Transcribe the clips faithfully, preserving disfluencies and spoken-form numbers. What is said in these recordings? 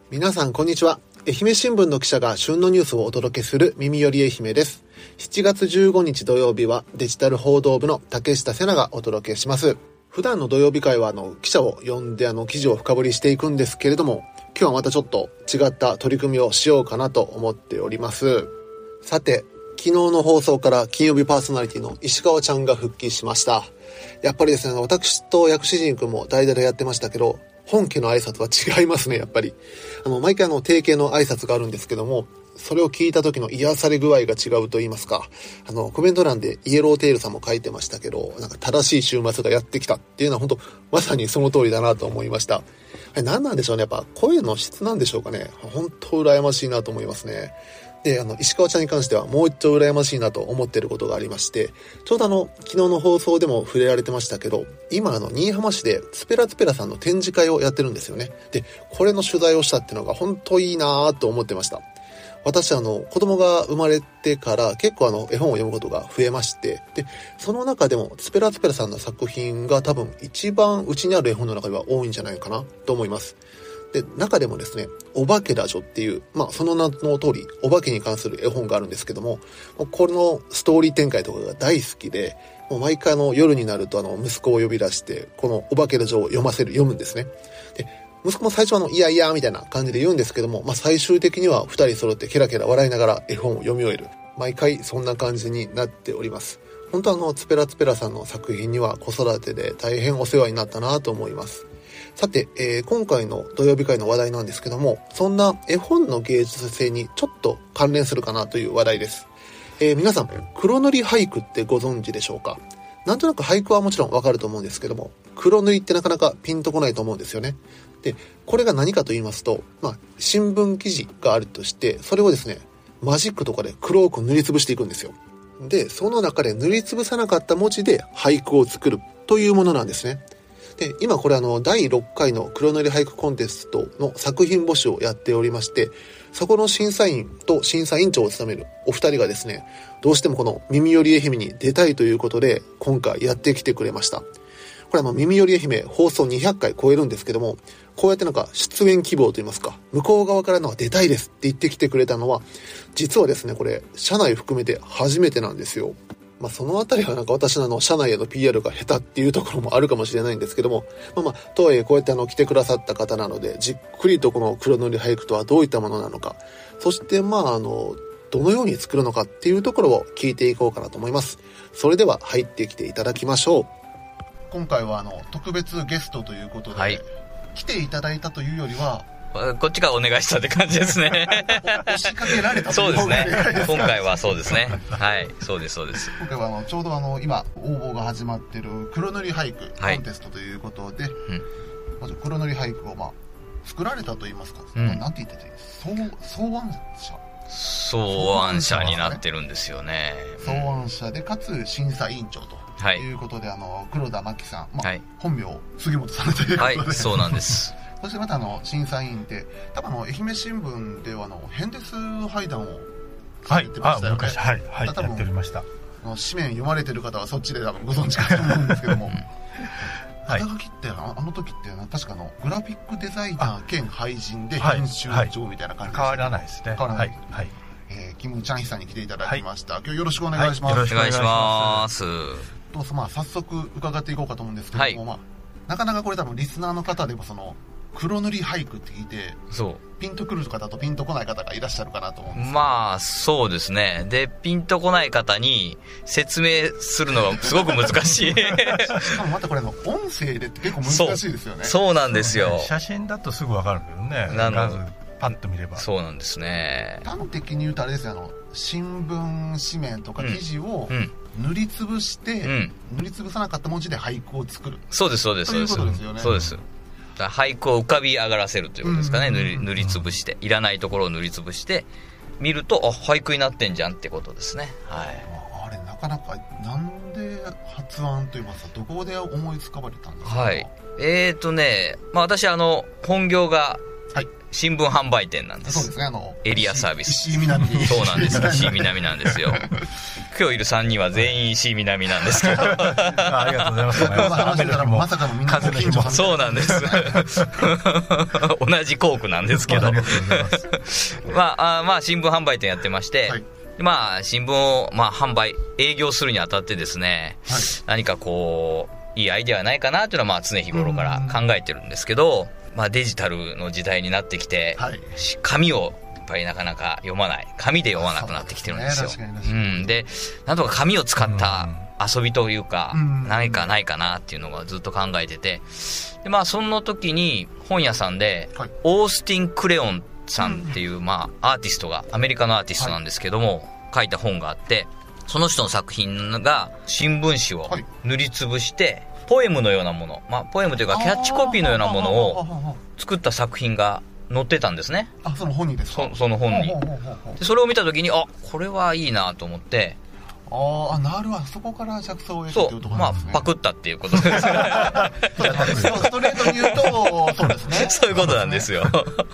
皆さんこんにちは。愛媛新聞の記者が旬のニュースをお届けする耳より愛媛です。しちがつじゅうごにち土曜日はデジタル報道部の竹下瀬奈がお届けします。普段の土曜日会はあの記者を呼んであの記事を深掘りしていくんですけれども、今日はまたちょっと違った取り組みをしようかなと思っております。さて、昨日の放送から金曜日パーソナリティの石川ちゃんが復帰しました。やっぱりですね、私と薬師陣くんも代打でやってましたけど、本家の挨拶は違いますね、やっぱり。あの、毎回あの、定型の挨拶があるんですけども、それを聞いた時の癒され具合が違うと言いますか、あの、コメント欄でイエローテールさんも書いてましたけど、なんか正しい週末がやってきたっていうのは本当まさにその通りだなと思いました。あれ何なんでしょうね、やっぱ声の質なんでしょうかね。本当羨ましいなと思いますね。で、あの、石川ちゃんに関してはもう一丁羨ましいなと思っていることがありまして、ちょうどあの、昨日の放送でも触れられてましたけど、今あの、新居浜市でスペラツペラさんの展示会をやってるんですよね。で、これの取材をしたっていうのが本当いいなと思ってました。私あの、子供が生まれてから結構あの、絵本を読むことが増えまして、で、その中でもスペラツペラさんの作品が多分一番うちにある絵本の中では多いんじゃないかなと思います。で、中でもですね、お化けだじょっていう、まあその名の通り、お化けに関する絵本があるんですけども、このストーリー展開とかが大好きで、もう毎回あの夜になるとあの息子を呼び出して、このお化けだじょを読ませる、読むんですね。で、息子も最初はあの、いやいやみたいな感じで言うんですけども、まあ最終的には二人揃ってケラケラ笑いながら絵本を読み終える。毎回そんな感じになっております。本当あの、ツペラツペラさんの作品には子育てで大変お世話になったなと思います。さて、えー、今回の土曜日会の話題なんですけども、そんな絵本の芸術性にちょっと関連するかなという話題です。えー、皆さん、黒塗り俳句ってご存知でしょうか？なんとなく俳句はもちろんわかると思うんですけども、黒塗りってなかなかピンとこないと思うんですよね。で、これが何かと言いますと、まあ、新聞記事があるとして、それをですね、マジックとかで黒く塗りつぶしていくんですよ。で、その中で塗りつぶさなかった文字で俳句を作るというものなんですね。で、今これあのだいろっかいの黒塗り俳句コンテストの作品募集をやっておりまして、そこの審査員と審査委員長を務めるお二人がですね、どうしてもこの耳より愛媛に出たいということで今回やってきてくれました。これあの耳より愛媛放送にひゃっかい超えるんですけども、こうやってなんか出演希望といいますか、向こう側からの出たいですって言ってきてくれたのは、実はですね、これ社内含めて初めてなんですよ。まあそのあたりはなんか私のあの社内への ピーアール が下手っていうところもあるかもしれないんですけども、まあまあとはいえこうやってあの来てくださった方なので、じっくりとこの黒塗り俳句とはどういったものなのか、そしてまああのどのように作るのかっていうところを聞いていこうかなと思います。それでは入ってきていただきましょう。今回はあの特別ゲストということで、はい、来ていただいたというよりはこっちがお願いしたって感じですね。 押しかけられたそうですね。今回はそうですね。はい、そうですそうです。 今回はあのちょうどあの今応募が始まっている黒塗り俳句コンテストということで、はい、うん、まず黒塗り俳句をまあ作られたと言いますか、うん、なんて言ってて草草案者草案者になってるんですよね。 草案者でかつ審査委員長と。はい、いうことであの黒田真希さん、まあはい、本名杉本さんということで、 はい、そうなんです。 そしてまたあの審査員で多分あの愛媛新聞ではあのヘンデス俳談をされてましたよね。 はい、はい、はい、やっておりました。 紙面読まれてる方はそっちで多分ご存知かと思うんですけども、肩書きってあの時って確かのグラフィックデザイナー兼俳人で編集長みたいな感じでした、 変わらないですね。 変わらない。はい、はい、えー、キムチャンヒさんに来ていただきました。はい、今日よろしくお願いします。 はい、よろしくお願いします。 とまあ早速伺っていこうかと思うんですけども、はい、まあなかなかこれ多分リスナーの方でもその黒塗り俳句って聞いてそうピンとくる方とピンとこない方がいらっしゃるかなと思うんですけど。 まあそうですね。でピンとこない方に説明するのがすごく難しい。 しかもまたこれの音声でって結構難しいですよね。 そう、そうなんですよ、 ね、写真だとすぐ分かるけどね。なのパッと見れば。 そうなんですね。 端的に言うとあれですよ、あの新聞紙面とか記事を塗りつぶして、うんうん、塗りつぶさなかった文字で俳句を作る。 そうですそうですそうです。 ということですよね。 そうです。俳句を浮かび上がらせるということですかね。塗り、塗りつぶしていらないところを塗りつぶして見ると、あ、俳句になってんじゃんってことですね。はい。 あれなかなかなんで発案といいますか、どこで思いつかばれたんですか。 はい。えーとね、まあ私あの本業が新聞販売店なんです。 そうですね、あのエリアサービス。 石井南。 そうなんです。石井南なんですよ。今日いるさんにんは全員石井南なんですけど。 ありがとうございます。 今日の話したらまさかのみんなご近所さん。 そうなんです。同じ校区なんですけど。 ありがとうございます。 まあ、あまあ新聞販売店やってまして、はい、まあ新聞をまあ販売営業するにあたってですね、はい、何かこういいアイデアはないかなというのはまあ常日頃から考えてるんですけど、まあデジタルの時代になってきて、はい、紙をやっぱりなかなか読まない、紙で読まなくなってきてるんですよ。うん、でなんとか紙を使った遊びというか、何かないかなっていうのがずっと考えてて、でまあその時に本屋さんで、はい、オースティン・クレオンさんっていう、まあアーティストが、アメリカのアーティストなんですけども、はい、書いた本があって、その人の作品が新聞紙を塗りつぶして、ポエムのようなもの、まあポエムというかキャッチコピーのようなものを作った作品が載ってたんですね。 あ、その本にですか？ そ, その本に。でそれを見た時に、あ、これはいいなと思って、 ああ、なるわ。そこから着想を得たというところなんですね。 まあ、パクったっていうことですね。 ストレートに言うと、そうですね。 そういうことなんですよ。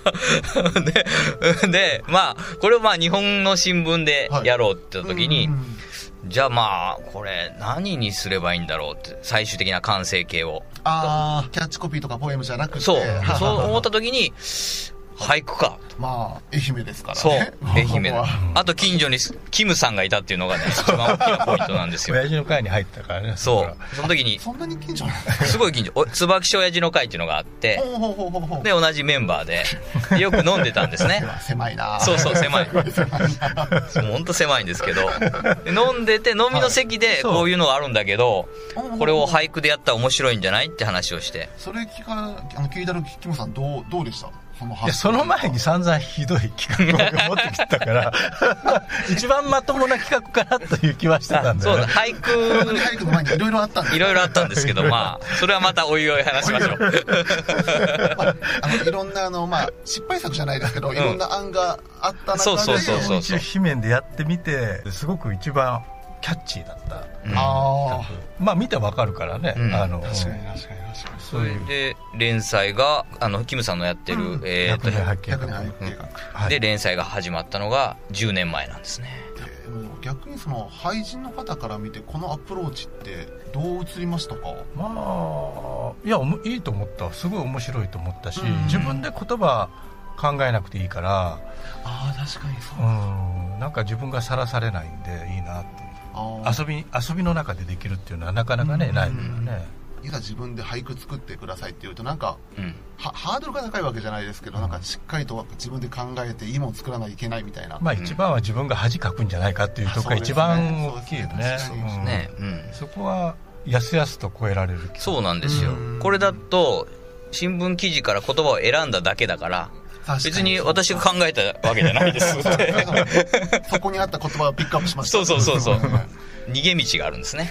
で、で、まあ、これをまあ、日本の新聞でやろうって言った時に、はい、じゃあまあ、これ、何にすればいいんだろうって、最終的な完成形を。 ああ、キャッチコピーとかポエムじゃなくて。 そう。そう思った時に、俳句か。 まあ、愛媛ですからね。 そう、愛媛だ。あと近所にキムさんがいたっていうのがね、一番大きなポイントなんですよ。 親父の会に入ったからね。 そう。その時に、 そんなに近所なんですか？ すごい近所。椿市親父の会っていうのがあって、で、同じメンバーで、よく飲んでたんですね。 狭いな。 そうそう、狭い。ほんと狭いんですけど。飲んでて、飲みの席でこういうのがあるんだけど、これを俳句でやったら面白いんじゃないって話をして。 それ聞か、あの、聞いた時、キムさんどう、どうでした？ そのいやその前に散々ひどい企画を持ってきたから一番まともな企画かなという気はしてたんだよね。 そうだ、俳句俳句の前にいろいろあったんです。 いろいろあったんですけど、まあそれはまたおいおい話しましょう。 まあ、あのいろんなあの、まあ、失敗作じゃないですけど、いろんな案があった中で、 そうそうそうそうそう、 一応紙面でやってみてすごく一番キャッチーだった、 うん、 あまあ見てわかるからね、 うん、 あの確かに確かに確かに。 それで連載があのキムさんのやってる、うん、えー、と百年八景学、 うん、で連載が始まったのがじゅうねんまえなんですね。 でも逆にその俳人の方から見てこのアプローチってどう映りましたか？ まあいやいいと思った。すごい面白いと思ったし、うん、自分で言葉考えなくていいから、 ああ確かにそう、 うん、なんか自分がさらされないんでいいなと。遊び遊びの中でできるっていうのはなかなかね、ないのよね。 いざ自分で俳句作ってくださいって言うとなんか、 うん、 はハードルが高いわけじゃないですけど、なんかしっかりと自分で考えていいものを作らないといけないみたいな。 まあ一番は自分が恥かくんじゃないかっていうところが一番大きいよね。そこはやすやすと超えられる。 そうなんですよ。これだと新聞記事から言葉を選んだだけだから、別に私が考えたわけじゃないですそこにあった言葉をピックアップしました。 そうそうそうそう逃げ道があるんですね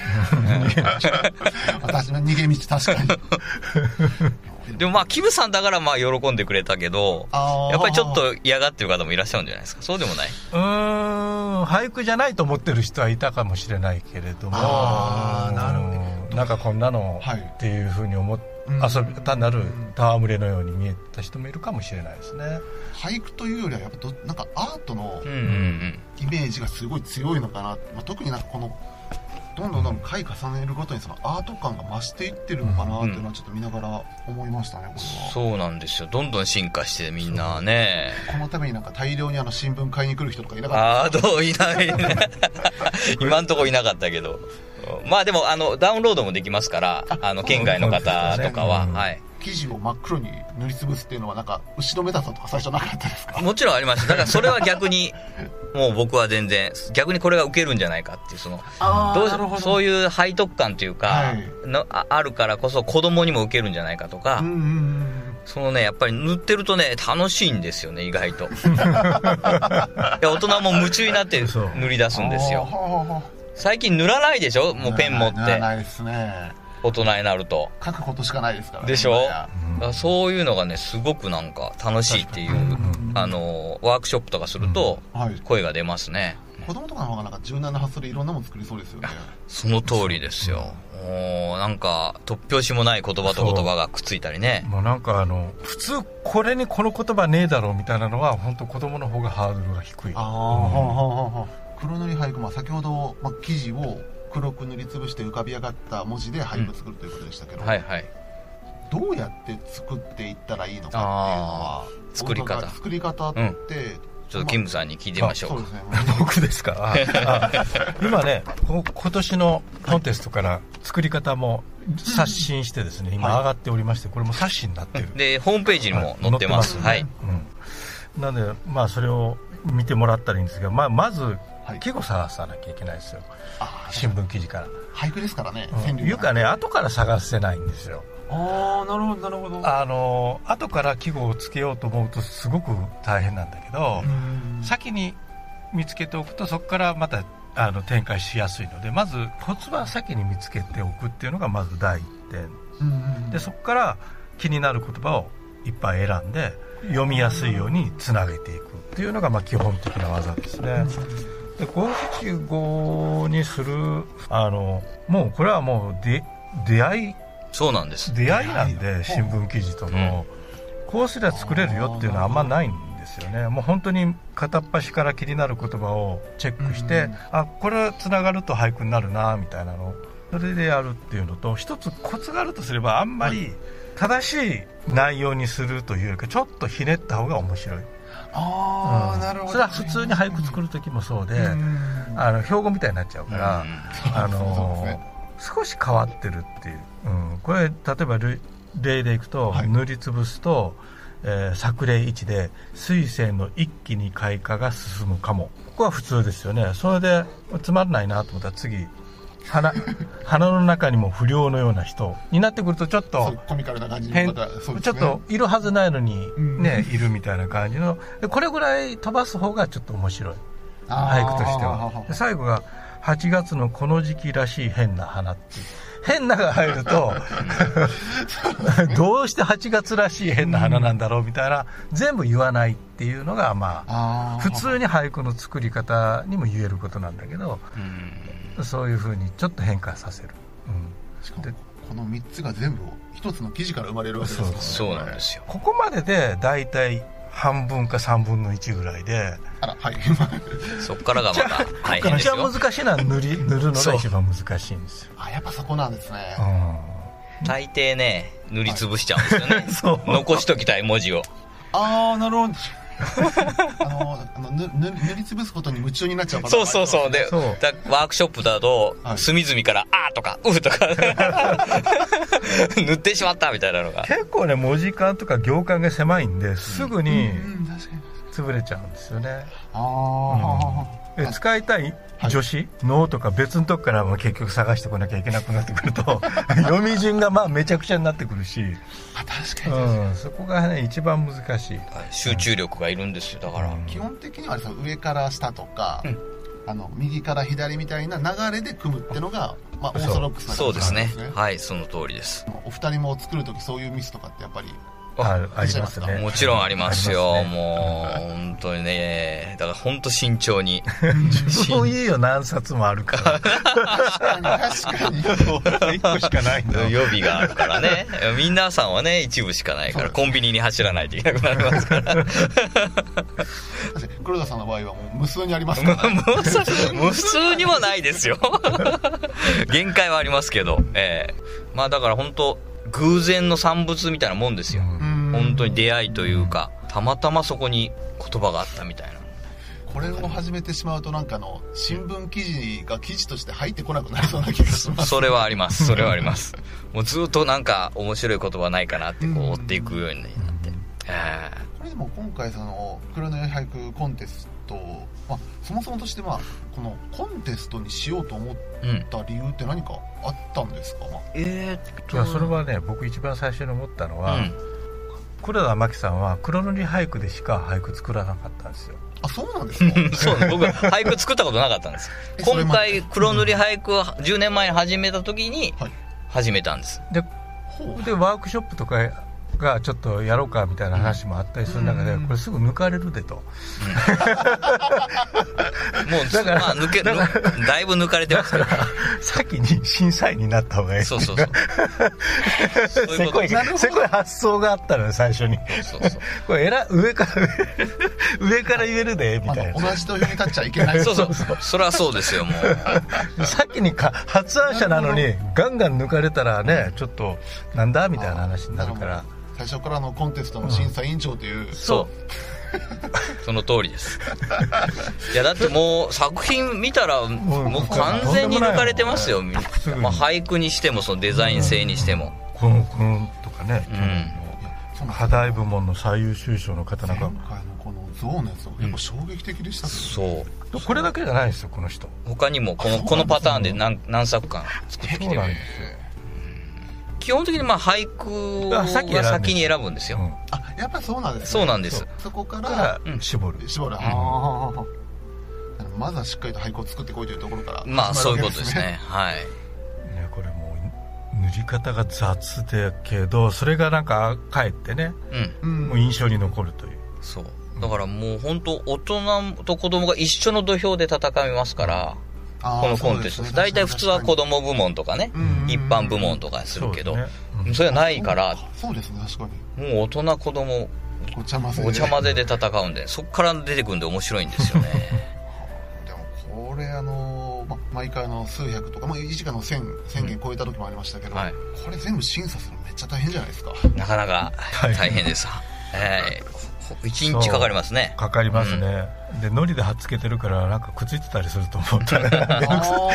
私の逃げ道確かにでもまあキムさんだからまあ喜んでくれたけど、やっぱりちょっと嫌がってる方もいらっしゃるんじゃないですか？そうでもない？ うーん、俳句じゃないと思ってる人はいたかもしれないけれども、 あなるほど、 なんかこんなのっていうふうに思って、はい、遊び単なる戯れのように見えた人もいるかもしれないですね。 俳句というよりはやっぱどなんかアートのイメージがすごい強いのかな、まあ、特になんかこのどんどんどん回重ねるごとにそのアート感が増していってるのかなっていうのはちょっと見ながら思いましたね、これは。 そうなんですよ。どんどん進化してみんなね。 このためになんか大量にあの新聞買いに来る人とかいなかったですか？ ああ、どういないね今んとこいなかったけど、まあでもあのダウンロードもできますから、ああの県外の方とかは、はい。 生地を真っ黒に塗りつぶすっていうのはなんか後ろめたさとか最初なかったですか？ もちろんありました。だからそれは逆にもう僕は全然逆にこれが受けるんじゃないかっていう、そのどうそういう背徳感というか、はい、の あ, あるからこそ子供にも受けるんじゃないかとか、 うんうんうん、 そのねやっぱり塗ってるとね楽しいんですよね、意外といや大人も夢中になって塗り出すんですよ。最近塗らないでしょ、もうペン持って。塗らないですね、 大人になると書くことしかないですからね。 でしょ、うん、そういうのがねすごくなんか楽しいっていう、あのワークショップとかすると声が出ますね、 子供とかの方がなんか柔軟な発想でいろんなもの作りそうですよね。 その通りですよ。もうなんか突拍子もない言葉と言葉がくっついたりね。 もうなんかあの普通これにこの言葉ねえだろうみたいなのは本当子供の方がハードルが低い。ああ、 うん、黒塗り俳句、まあ、先ほど、まあ、生地を黒く塗りつぶして浮かび上がった文字で俳句作るということでしたけど、 うん、はいはい、 どうやって作っていったらいいのかっていうのは、 作り方作り方って、うん、 ちょっとキムさんに聞いてみましょうか。そうですね、 僕ですか。今ね、今年のコンテストから作り方も刷新してですね、今上がっておりまして、これも冊子になってる。 で、ホームページにも載ってます。はい。はい、 うん、なので、まあそれを見てもらったらいいんですが、まあまず季語探さなきゃいけないですよ。新聞記事から。 俳句ですからね。 うん、いうかね、後から探せないんですよ。 ああ、なるほどなるほど。 あの後から季語をつけようと思うとすごく大変なんだけど、先に見つけておくとそこからまたあの展開しやすいので、まずコツは先に見つけておくっていうのがまず第一点で、そこから気になる言葉をいっぱい選んで読みやすいようにつなげていくっていうのがまあ基本的な技ですね。で五七五にするあのもうこれはもうで出会いそうなんです。 出会いなんで、新聞記事との、うん、こうすりゃ作れるよっていうのはあんまないんですよね。もう本当に片っ端から気になる言葉をチェックして、うん、あ、これつながると俳句になるなみたいなの、それでやるっていうのと、一つコツがあるとすれば、あんまり正しい内容にするというよりかちょっとひねった方が面白い。 ああ、うん、なるほど。 それは普通に俳句作る時もそうで、うん、あの標語みたいになっちゃうから、うん、あの少し変わってるっていう、うん、これ例えば例でいくと、はい、塗りつぶすと、えー、作例いちで水仙の一気に開花が進むかも、ここは普通ですよね。それでつまらないなと思ったら次 花, 花の中にも不良のような人になってくるとちょっとコミカルな感じ変、まね、ちょっといるはずないのに、ね、うん、いるみたいな感じの、これぐらい飛ばす方がちょっと面白い俳句としては。で最後がはちがつのこの時期らしい変な花っていう、変なが入るとどうしてはちがつらしい変な花なんだろうみたいな、全部言わないっていうのがまあ普通に俳句の作り方にも言えることなんだけど、そういうふうにちょっと変化させる、うん、 しかもこのみっつが全部一つの記事から生まれるわけですよね。 そうなんですよ。 ここまででだいたい半分かさんぶんのいちぐらいで、 あら、はい、 そっからがまた大変ですよ。 一番難しいのは塗り塗るのが一番難しいんですよ。 あ、やっぱそこなんですね。 うん、大抵ね塗りつぶしちゃうんですよね、はい、そう残しときたい文字を。 ああ、なるほど。あのあの塗りつぶすことに夢中になっちゃうパターン、ね、 そうそうそう。でワークショップだと、はい、隅々から「あ」とか「う」とか塗ってしまったみたいなのが結構ね、文字間とか行間が狭いんですぐに潰れちゃうんですよね。あ、うん、使いたい助詞、はい、のとか別のとこからも結局探してこなきゃいけなくなってくると読み順がまあめちゃくちゃになってくるし、 あ、確かに確かに、 うん、そこがね一番難しい、はい、 集中力がいるんですよ。だから、うん、 基本的には上から下とか、うん、あの右から左みたいな流れで組むってのが、まあ、オーソドックスな感じなんですね。そうですね、はい、その通りです。 お二人も作るときそういうミスとかってやっぱりあ, ありますね。 もちろんありますよ。すね、もう本当にね、だから本当慎重に。 そういうよ、何冊もあるから。確かに確かに。 いっこしかないんだ。 予備があるからね。皆さんはね一部しかないから、コンビニに走らないといけなくなりますから。 黒田さんの場合はもう無数にありますから。 無数にもないですよ。限界はありますけど、えー、まあだから本当。偶然の産物みたいなもんですよ。本当に出会いというか、たまたまそこに言葉があったみたいな。 これを始めてしまうとなんかの新聞記事が記事として入ってこなくなりそうな気がします。 それはあります。それはあります。もうずっとなんか面白い言葉ないかなってこう追っていくようになって。 これでも今回その黒塗り俳句コンテスト、まあ、そもそもとしてまあこのコンテストにしようと思った理由って何かあったんですか？うん、 えー、っといやそれはね、僕一番最初に思ったのは、うん、黒田真紀さんは黒塗り俳句でしか俳句作らなかったんですよ。 あ、そうなんですか？ そう僕俳句作ったことなかったんです。今回黒塗り俳句をじゅうねんまえに始めた時に始めたんです。 ででワークショップとかがちょっとやろうかみたいな話もあったりする中で、これすぐ抜かれるでと、 うん、もうだから、まあ、抜けだだいぶ抜かれてますけど先に審査員になった方がいい。 そうそうそうせこいせこい発想があったのよ最初に。そうそうそうこれえら上から上から言えるでみたいな、 同じ土俵に立っちゃいけないそうそうそうそれはそうですよ。もう先にか発案者なのにガンガン抜かれたらね、ちょっとなんだみたいな話になるから、 最初からのコンテストの審査委員長という、うん、 そうその通りですいやだってもう作品見たらもう完全に抜かれてますよ、まあ、俳句にしてもそのデザイン性にしても、 このこのとかね、うん、課題部門の最優秀賞の方なんか前回のこの象のやつは結構衝撃的でしたけど、ね、 そうこれだけじゃないですよこの人。 他にもこのこのパターンで 何, 何作か作ってきてる。基本的にまあ俳句が先に選ぶんですよ。うん、 あ、やっぱりそうなんですね。 そうなんです。 そこから、 うん、絞る絞る、うん、あまずはしっかりと俳句を作ってこいというところから、 まあそういうことですね。はい。 ね、これもう塗り方が雑だけどそれがなんかかえってね、うん、もう印象に残るという。 そうだからもう本当大人と子供が一緒の土俵で戦いますから、このコンテスト、ね、大体普通は子供部門とかね、一般部門とかするけど、そ,、ねうん、それはないから、 そうですね、確かにもう大人子供ごちゃ混ぜで, ごちゃ混ぜで戦うんで、そこから出てくるんで面白いんですよねでもこれあの、ま、毎回の数百とか、まあ、いちじかんのせん件超えた時もありましたけど、うんはい、これ全部審査するのめっちゃ大変じゃないですか。 なかなか大変ですえー、いちにちかかりますね。 かかりますね、うん、でノリで貼っつけてるからなんかくっついてたりすると思ったら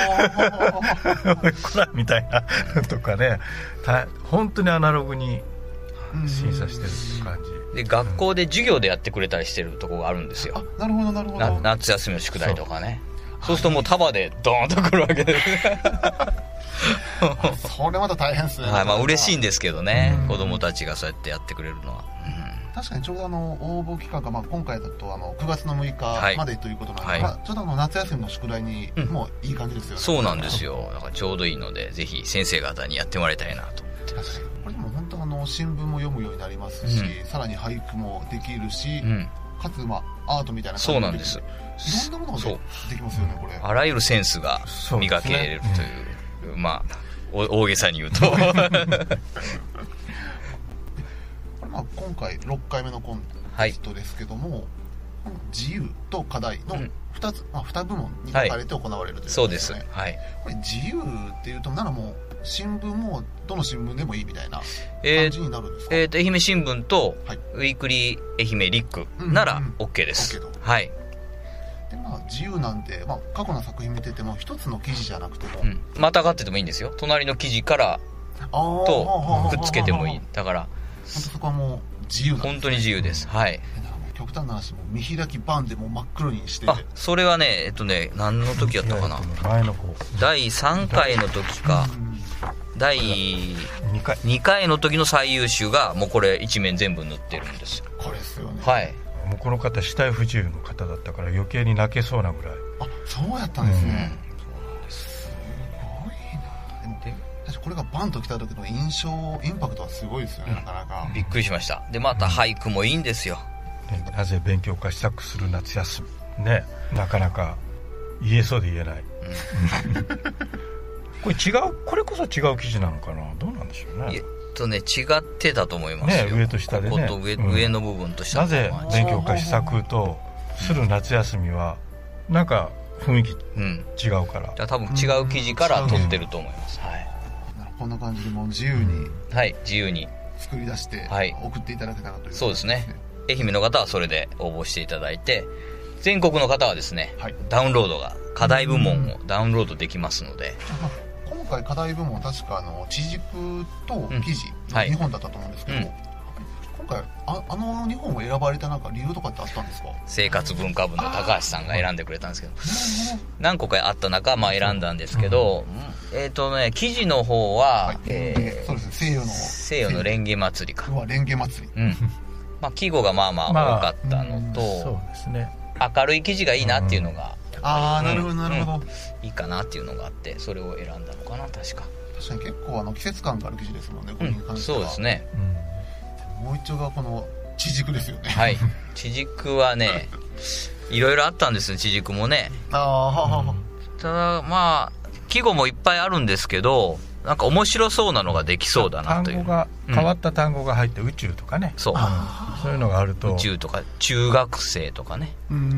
こらみたいなとかね、本当にアナログに審査してるって感じで、学校で授業でやってくれたりしてるところがあるんですよ。 あ、なるほどなるほど。 夏休みの宿題とかね。そう, そうするともう束でドーンとくるわけですそれまた大変ですね。 はい、まあ嬉しいんですけどね、子供たちがそうやってやってくれるのは、うん、 確かにちょうどあの応募期間が、まあ、今回だとあのくがつのむいかまでということなので、はいはい、まあ、ちょうどあの夏休みの宿題にもういい感じですよね、うん、 そうなんですよ。だからちょうどいいのでぜひ先生方にやってもらいたいなと。 確かにこれでも本当あの新聞も読むようになりますし、うん、さらに俳句もできるし、うん、かつ、まあ、アートみたいな感じで、 そうなんです。 いろんなものができますよねこれ。 あらゆるセンスが磨けるという、うん、まあ大げさに言うとこれ、 まあ、今回ろっかいめのコンテストですけども、はい、自由と課題のふたつ、うん、まあ、に部門に分かれて行われるということですね、はい、そうです、はい、これ自由っていうとならもう新聞もどの新聞でもいいみたいな感じになるんですか。 えー、えーと愛媛新聞とウィークリー愛媛リックなら OK です、うんうんうん、OK はいで、まあ、自由なんで、まあ、過去の作品見てても一つの記事じゃなくても、 うん、またがっててもいいんですよ。隣の記事からとくっつけてもいい。だから本当そこはもう自由なんです、ね、 本当に自由です。はい。 極端な話も見開きバンでも真っ黒にして。 あ、それはねえっとね何の時やったかな。前の方だいさんかいの時かだいにかいの時の最優秀がもうこれ一面全部塗ってるんですよ。 これですよね。 はい。 もうこの方死体不自由の方だったから余計に泣けそうなぐらい。 あ、そうやったんですね、うん、そうなんです。すごいな。でも確かこれがバンと来た時の印象インパクトはすごいですよね、うん、なかなかびっくりしました。でまた俳句もいいんですよ、 ね、なぜ勉強家支度する夏休みね、なかなか言えそうで言えない、うん、これ違うこれこそ違う記事なのかな、どうなんでしょうね。 えっとね違ってたと思いますよ、 ね、上と下でね、 ここと 上,、うん、上の部分と下なぜ勉強家施策とする夏休みはなんか雰囲気違うから、 うん、多分違う記事から取ってると思います、うん、はい、 こんな感じでもう自由に、うん、 はい自由に作り出して送っていただけたらという、ね、 そうですね。愛媛の方はそれで応募していただいて、全国の方はですね、はい、ダウンロードが課題部門をダウンロードできますので、 うん、今回課題部門確かあの地軸と記事のにほんだったと思うんですけど、うんはい、今回 あ, あのにほんを選ばれたなんか理由とかってあったんですか。 生活文化部の高橋さんが選んでくれたんですけど、何個かあった中、まあ、選んだんですけど、うん、えっ、ー、とね記事の方は、はいえー、そうですね、西洋の西洋のレンゲ祭りか。 レンゲ祭り、 うんまあ、季語がまあまあ多かったのと、まあうん、そうですね、明るい記事がいいなっていうのが、 うん、ああなるほどなるほど、うん、 いいかなっていうのがあってそれを選んだのかな。確か確かに結構あの季節感がある記事ですもんね、これに関しては、 うん、そうですね、 もう一丁がこの地軸ですよね。 はい。地軸はね、いろいろあったんですね、地軸もね。 ああ、ははは。 ただ、まあ、季語もいっぱいあるんですけど、なんか面白そうなのができそうだなという。 単語が、変わった単語が入って宇宙とかね。 そう。 そういうのがあると。 宇宙とか、中学生とかね。 うん。うん。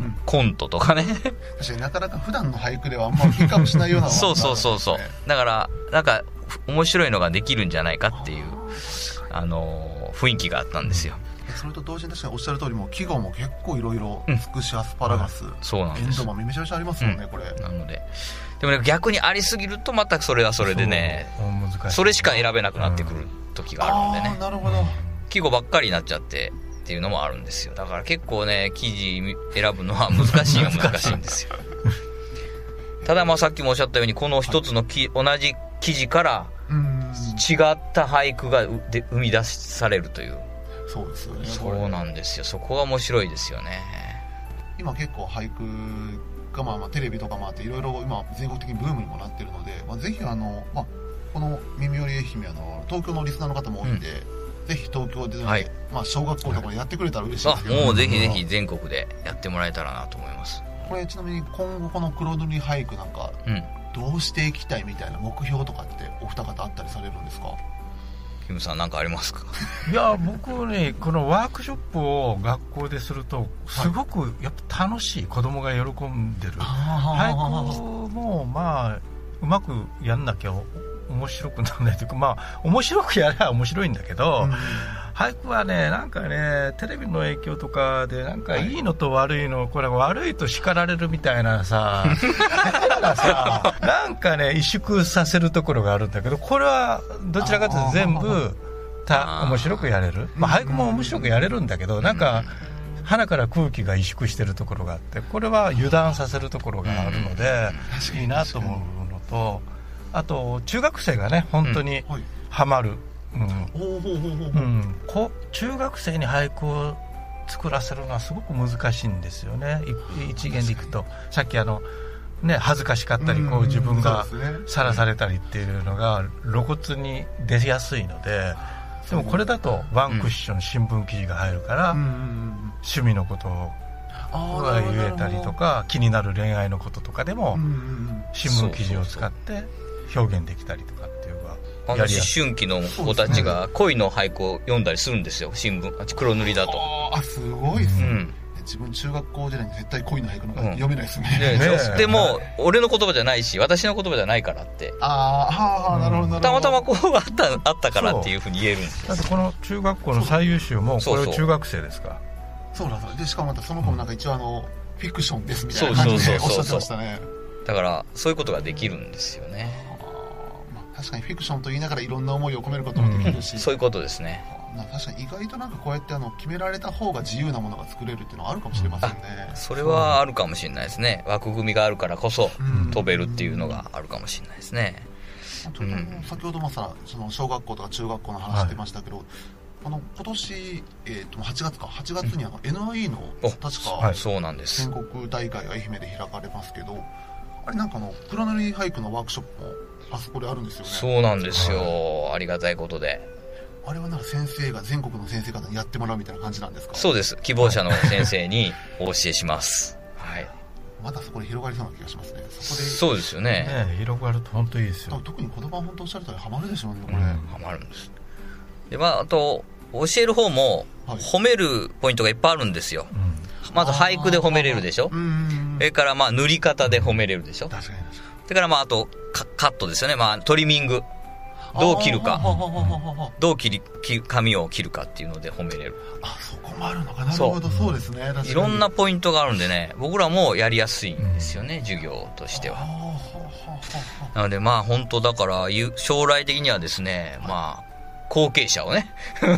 コントとかね。 確かになかなか普段の俳句ではあんまりピックアップしないような、 そうそうそうそう。だから、なんか、面白いのができるんじゃないかっていう、あのー、雰囲気があったんですよ。 それと同時に確かにおっしゃる通りも季語も結構いろいろつくしアスパラガス、うん、 そうなんです。 エンドウ豆めちゃめちゃありますもんね、うん、これ。 なのででもね逆にありすぎるとまたそれはそれでね そ, 難しいそれしか選べなくなってくる時があるんでね、 うん、あなるほど季語ばっかりになっちゃってっていうのもあるんですよ。だから結構ね記事選ぶのは難しいは難しいんですよただまあさっきもおっしゃったようにこの一つのき、はい、同じ記事から違った俳句がで生み出されるという。 そうですよね。 そうなんですよ。そこが面白いですよね。 今結構俳句がまあまあテレビとかもあっていろいろ今全国的にブームにもなってるので、まあ、ぜひあの、まあ、この耳より愛媛の東京のリスナーの方も多いんで、うん、ぜひ東京で、ねはいまあ、小学校とかでやってくれたら嬉しいですけど、 あもうぜひぜひ全国でやってもらえたらなと思います。 これちなみに今後この黒塗り俳句なんか、うん、どうしていきたいみたいな目標とかってお二方あったりされるんですか？ キムさん何かありますか？ いや僕ねこのワークショップを学校でするとすごくやっぱ楽しい、子供が喜んでる、俳句もまあうまくやんなきゃ面白くならないというか、まあ面白くやれば面白いんだけど、うん、俳句はねなんかねテレビの影響とかでなんかいいのと悪いの、はい、これ悪いと叱られるみたいなささなんかね萎縮させるところがあるんだけど、これはどちらかというと全部た面白くやれる、まあ、俳句も面白くやれるんだけどなんか鼻から空気が萎縮してるところがあって、これは油断させるところがあるのでいいなと思うのと、あと中学生がね本当にハマる、うんうん、こ中学生に俳句を作らせるのはすごく難しいんですよね。一元でいくとさっきあの、ね、恥ずかしかったりこう自分がさらされたりっていうのが露骨に出やすいので、でもこれだとワンクッション新聞記事が入るから趣味のことを言えたりとか気になる恋愛のこととかでも新聞記事を使って表現できたりとかっていうか、 あの思春期の子たちが恋の俳句を読んだりするんですよ、新聞黒塗りだと。 あすごいですね、うん、自分中学校時代に絶対恋の俳句の読めないですね、 うん、で, でも俺の言葉じゃないし私の言葉じゃないからってああなるほどなるほど、 たまたまこうあったあったからっていうふうに言えるんですよ。 だってこの中学校の最優秀もこれ中学生ですか。 そうなんです。でしかもまたその子もなんか一応あのフィクションですみたいな感じでおっしゃってましたね。 だからそういうことができるんですよね。 まあ、確かにフィクションと言いながらいろんな思いを込めることもできるし、 うん、そういうことですね。 確かに意外となんかこうやってあの決められた方が自由なものが作れるっていうのはあるかもしれませんね。 それはあるかもしれないですね。枠組みがあるからこそ飛べるっていうのがあるかもしれないですね。 うん、先ほどもさその小学校とか中学校の話してましたけど、はい、あの今年、えー、とはちがつかはちがつにあの エヌアイ の確か全国大会が愛媛で開かれますけど、あれなんかの黒塗り俳句のワークショップもあそこであるんですよね。 そうなんですよ、はい、ありがたいことで。 あれはなんか先生が全国の先生方にやってもらうみたいな感じなんですか？ そうです、希望者の先生にお教えしますはい。 まだそこで広がりそうな気がしますね。そこでそうですよ ね, ね広がると本当いいですよ。 特に子供は本当おっしゃる通りハマるでしょうねこれ、うん、 ハマるんです。で、まあ、あと教える方も褒めるポイントがいっぱいあるんですよ、はい、まず俳句で褒めれるでしょ、それからまあ塗り方で褒めれるでしょ、確かに確かに。それからまああとカットですよね、まあ、トリミングどう切るか、どう切り髪を切るかっていうので褒めれる。 あ、そこもあるのかな。なるほど、そうですね。確かにいろんなポイントがあるんでね、僕らもやりやすいんですよね、うん、授業としては。なのでまあ本当だから将来的にはですね、まあ後継者をね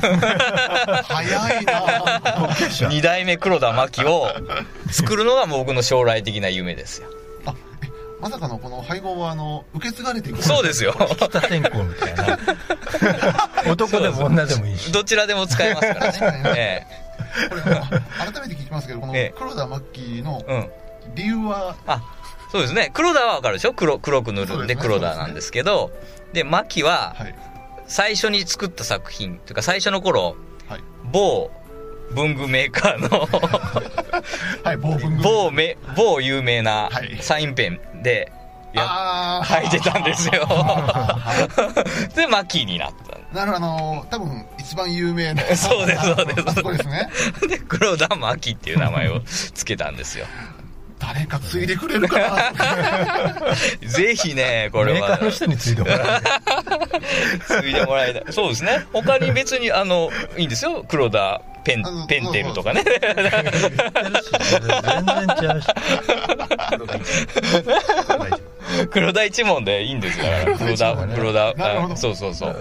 早いなに代目黒田真希を作るのが僕の将来的な夢ですよ。 あ、え、まさかのこの配合はあの受け継がれていく。 そうですよ。 北天候みたいな男でも女でもいいし、 どちらでも使えますからね。ええ、これ改めて聞きますけど、この黒田真希の理由は、 うん、あ、そうですね、黒田は分かるでしょ、 黒, 黒く塗るんで黒田なんですけど、で真希は、はい、 最初に作った作品というか最初の頃、はい、某文具メーカーのはい、某文具某め某有名なサインペンでや、はい、書いてたんですよでマキになった。 なるほど、あの多分一番有名なそうですそうですあそこですねで黒田マキっていう名前をつけたんですよ誰か継いでくれるかなぜひね、これはメーカーの人に継いでもらい継いでもらいたい。そうですね。他に別にあのいいんですよ。黒田ペンペンテルとかね。全然違うし。黒田一門でいいんですよ。黒田黒田そうそうそう。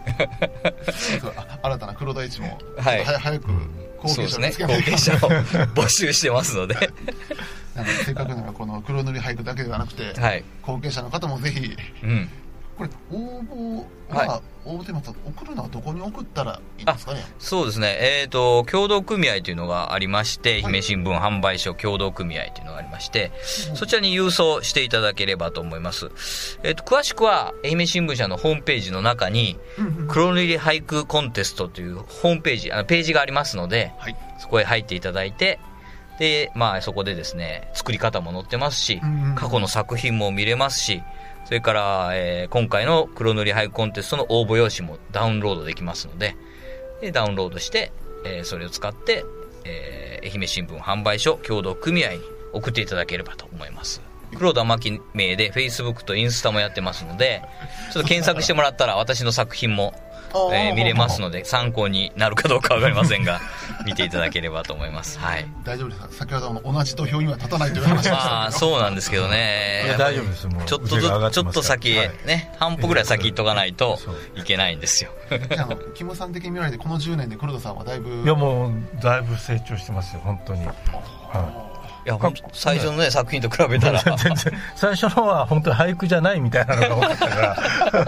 新たな黒田一門。 はい。 早く後継者を見つけないと。 後継者を募集してますので。 なのでせっかくならこの黒塗り俳句だけではなくて、 はい、 後継者の方もぜひ、うん、これ応募は、はい、応募といいますか送るのはどこに送ったらいいんですかね。 そうですね、えーと協同組合というのがありまして、はい、愛媛新聞販売所協同組合というのがありまして、はい、そちらに郵送していただければと思います。えーと詳しくは愛媛新聞社のホームページの中に、うん、黒塗り俳句コンテストというホームページあのページがありますので、はい、そこへ入っていただいて、で、まあそこでですね、作り方も載ってますし、過去の作品も見れますし、それから、えー、今回の黒塗り俳句コンテストの応募用紙もダウンロードできますので、でダウンロードして、えー、それを使って、えー、愛媛新聞販売所協同組合に送っていただければと思います。黒田真希名で Facebook とインスタもやってますので、ちょっと検索してもらったら私の作品もえー、見れますので参考になるかどうか分かりませんが見ていただければと思います。はい、 大丈夫ですか。先ほどの同じ土俵には立たないという話でしたけど、まあそうなんですけどね。 いや大丈夫です。もうちょっとずちょっと先へね、はい、半歩ぐらい先行っとかないといけないんですよ。 あのキムさん的に見られてこのじゅうねんで黒田さんはだいぶ、 いやもうだいぶ成長してますよ本当に。はいいや最初のね作品と比べたら全然最初のは本当に俳句じゃないみたいなのが多かったから、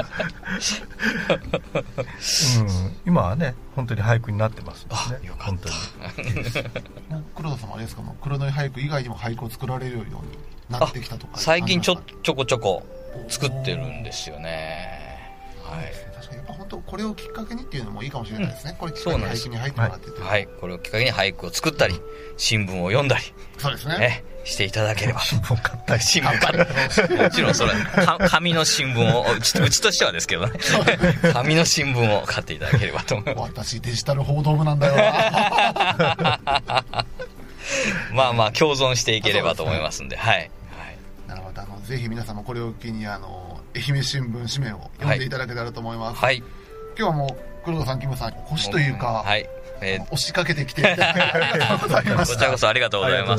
うん、今はね本当に俳句になってますね。 あよかった。 黒田さんはあれですか、もう黒塗り俳句以外にも俳句を作られるようになってきたとか。 最近ちょちょこちょこ作ってるんですよね。はい、 確かにやっぱ本当これをきっかけにっていうのもいいかもしれないですね。うん、これきっかけに俳句に入ってもらってて、 はい、はい、これをきっかけに俳句を作ったり新聞を読んだり、 そうですね。 ねしていただければ。 新聞を買ったり、 新聞買ったり、もちろんそれ紙の新聞をうちうちとしてはですけどね、紙の新聞を買っていただければと思います。 私デジタル報道部なんだよな。 まあまあ共存していければと思いますんで、はい。はい、 なるほど。あのぜひ皆さんもこれを機にあの愛媛新聞紙面を読んでいただけたらと思います。はい。今日はもう黒田さん、キムさん、星というか、はい、えー、押しかけてきていただきありがとうございました。 こちらこそありがとうございます。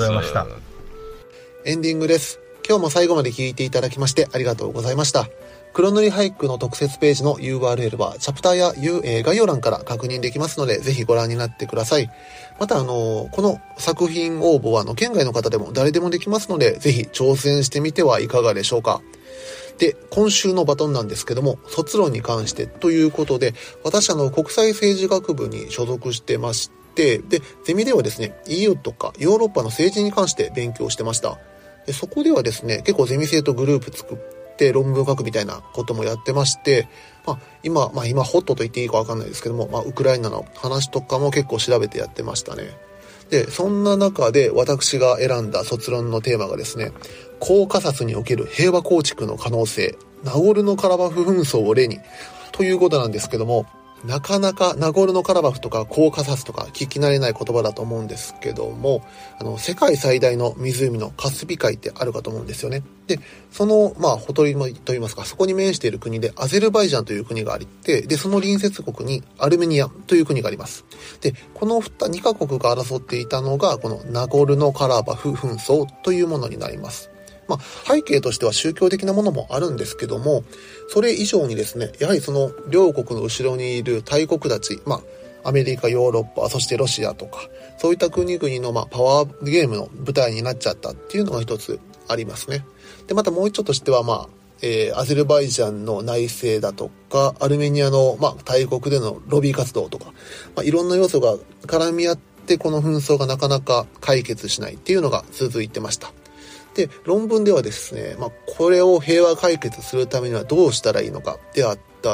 エンディングです。今日も最後まで聞いていただきましてありがとうございました。黒塗り俳句の特設ページの ユーアールエル はチャプターや、えー、概要欄から確認できますので、ぜひご覧になってください。またあのこの作品応募はあの県外の方でも誰でもできますので、ぜひ挑戦してみてはいかがでしょうか。で、今週のバトンなんですけども、卒論に関してということで、私あの国際政治学部に所属してまして、でゼミではですね イーユー とかヨーロッパの政治に関して勉強してました。でそこではですね結構ゼミ生とグループ作って論文書くみたいなこともやってまして、まあ、今、まあ、今ホットと言っていいか分かんないですけども、まあ、ウクライナの話とかも結構調べてやってましたね。でそんな中で私が選んだ卒論のテーマがですね、コーカサスにおける平和構築の可能性、ナゴルノカラバフ紛争を例にということなんですけども、なかなかナゴルノカラバフとかコーカサスとか聞き慣れない言葉だと思うんですけども、あの世界最大の湖のカスピ海ってあるかと思うんですよね。でそのまあほとりといいますか、そこに面している国でアゼルバイジャンという国がありて、でその隣接国にアルメニアという国があります。でこのにカ国が争っていたのがこのナゴルノカラバフ紛争というものになります。まあ、背景としては宗教的なものもあるんですけども、それ以上にですね、やはりその両国の後ろにいる大国たち、まあ、アメリカ、ヨーロッパ、そしてロシアとか、そういった国々のまあパワーゲームの舞台になっちゃったっていうのが一つありますね。で、またもう一つとしては、まあ、えー、アゼルバイジャンの内政だとか、アルメニアのまあ大国でのロビー活動とか、まあ、いろんな要素が絡み合って、この紛争がなかなか解決しないっていうのが続いてました。で論文ではですね、まあ、これを平和解決するためにはどうしたらいいのかであったり、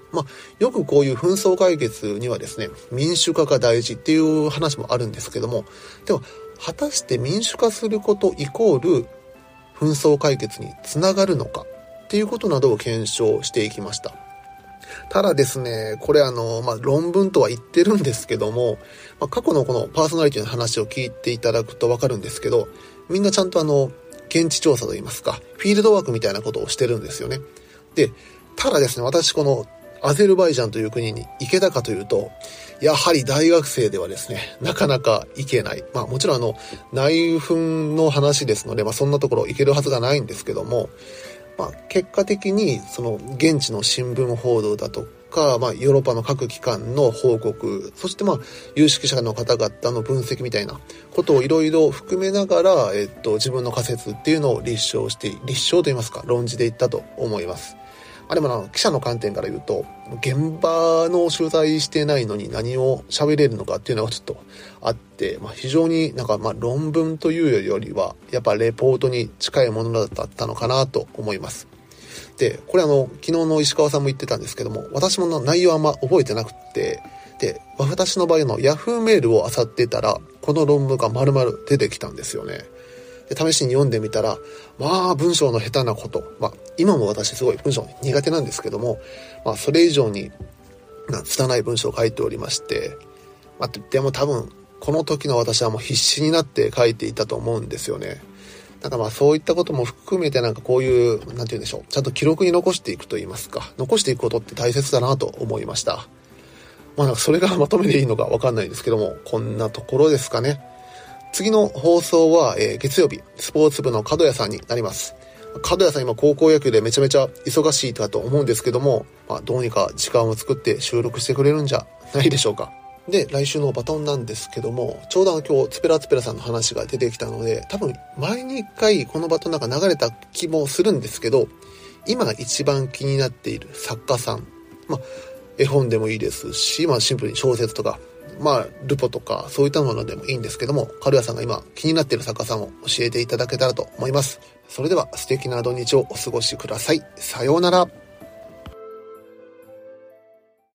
まあ、よくこういう紛争解決にはですね、民主化が大事っていう話もあるんですけども、では、果たして民主化することイコール紛争解決につながるのかっていうことなどを検証していきました。ただですね、これあの、まあ、論文とは言ってるんですけども、まあ、過去のこのパーソナリティの話を聞いていただくとわかるんですけど、みんなちゃんとあの、現地調査といいますか、フィールドワークみたいなことをしてるんですよね。で、ただですね、私このアゼルバイジャンという国に行けたかというと、やはり大学生ではですね、なかなか行けない。まあもちろんあの、内紛の話ですので、まあそんなところ行けるはずがないんですけども、まあ結果的にその現地の新聞報道だとか、まあヨーロッパの各機関の報告、そしてまあ有識者の方々の分析みたいなことをいろいろ含めながら、えっと自分の仮説っていうのを立証して、立証といいますか、論じていったと思います。あでもな、記者の観点から言うと、現場の取材してないのに何を喋れるのかっていうのがちょっとあって、まあ、非常になんかまあ論文というよりは、やっぱレポートに近いものだったのかなと思います。で、これあの、昨日の石川さんも言ってたんですけども、私も内容あんま覚えてなくて、で、私の場合のヤフーメールを漁ってたら、この論文が丸々出てきたんですよね。で試しに読んでみたら、まあ文章の下手なこと、まあ今も私すごい文章苦手なんですけども、まあそれ以上に拙い文章を書いておりまして、まあでも多分この時の私はもう必死になって書いていたと思うんですよね。だからまあそういったことも含めてなんかこういう、なんて言うんでしょう、ちゃんと記録に残していくと言いますか、残していくことって大切だなと思いました。まあなんかそれがまとめでいいのかわかんないですけども、こんなところですかね。次の放送は、えー、月曜日、スポーツ部の角谷さんになります。角谷さん今高校野球でめちゃめちゃ忙しいかと思うんですけども、まあ、どうにか時間を作って収録してくれるんじゃないでしょうか。で、来週のバトンなんですけども、ちょうど今日ツペラツペラさんの話が出てきたので、多分前に一回このバトンなんか流れた気もするんですけど、今一番気になっている作家さん、まあ、絵本でもいいですし、まあシンプルに小説とか、まあ、ルポとか、そういったものでもいいんですけども、カルヤさんが今気になっている作家さんを教えていただけたらと思います。それでは素敵な土日をお過ごしください。さようなら。